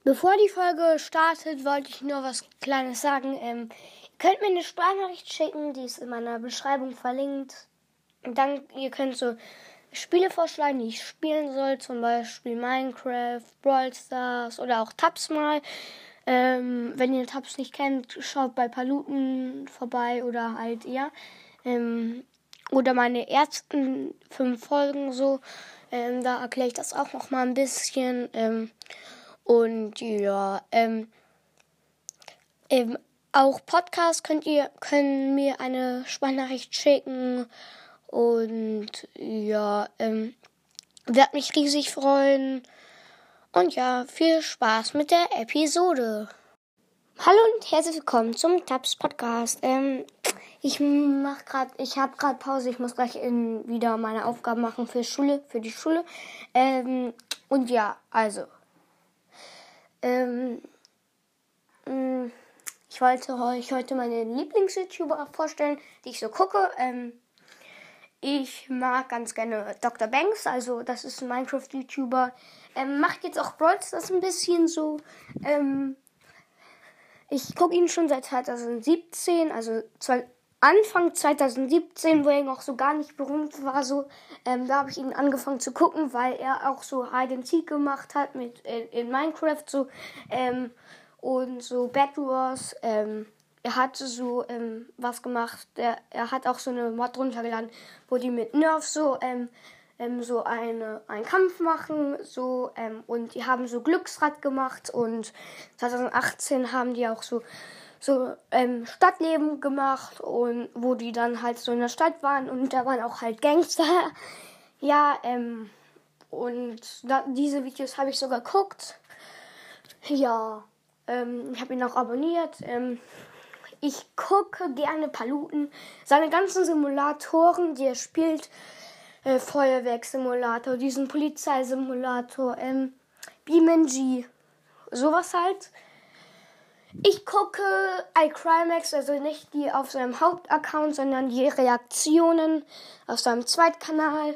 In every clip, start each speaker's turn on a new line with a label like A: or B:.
A: Bevor die Folge startet, wollte ich nur was Kleines sagen. Ihr könnt mir eine Sprachnachricht schicken, die ist in meiner Beschreibung verlinkt. Und dann, ihr könnt so Spiele vorschlagen, die ich spielen soll, zum Beispiel Minecraft, Brawl Stars oder auch Tabs mal. Wenn ihr Tabs nicht kennt, schaut bei Paluten vorbei oder halt ihr. Oder meine ersten 5 Folgen so. Da erkläre ich das auch noch mal ein bisschen. Und ja, auch Podcasts können mir eine Sprachnachricht schicken. Und ja, werde mich riesig freuen. Und ja, viel Spaß mit der Episode. Hallo und herzlich willkommen zum Tabs Podcast. Ich habe gerade Pause. Ich muss gleich wieder meine Aufgaben machen für die Schule. Und ja, also. Ich wollte euch heute meine Lieblings-YouTuber vorstellen, die ich so gucke. Ich mag ganz gerne Dr. Banks, also das ist ein Minecraft-YouTuber. Macht jetzt auch Brawl Stars ein bisschen so. Ich gucke ihn schon seit 2017, also Anfang 2017, wo er noch so gar nicht berühmt war. So, da habe ich ihn angefangen zu gucken, weil er auch so Hide and Seek gemacht hat in Minecraft so und so Bed Wars. Er hat so was gemacht. Er hat auch so eine Mod runtergeladen, wo die mit Nerf so so einen Kampf machen, so und die haben so Glücksrad gemacht und 2018 haben die auch so Stadtleben gemacht und wo die dann halt so in der Stadt waren und da waren auch halt Gangster. Ja, und diese Videos habe ich sogar geguckt. Ja, ich habe ihn auch abonniert. Ich gucke gerne Paluten. Seine ganzen Simulatoren, die er spielt, Feuerwerkssimulator, diesen Polizeisimulator, BeamNG, sowas halt. Ich gucke iCrimex, also nicht die auf seinem Hauptaccount, sondern die Reaktionen auf seinem Zweitkanal.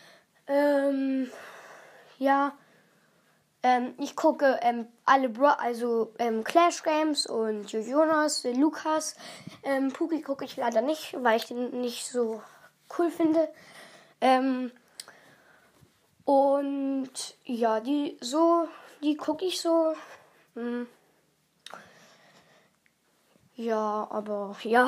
A: Ich gucke alle Clash Games und Jonas, Lukas. Puki gucke ich leider nicht, weil ich den nicht so cool finde. Und ja, die gucke ich so. Ja, aber ja,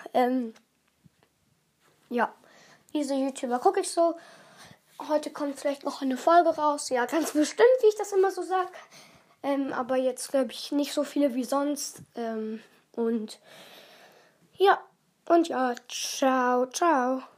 A: diese YouTuber gucke ich so. Heute kommt vielleicht noch eine Folge raus. Ja, ganz bestimmt, wie ich das immer so sage. Aber jetzt glaube ich nicht so viele wie sonst. Und ja, ciao, ciao.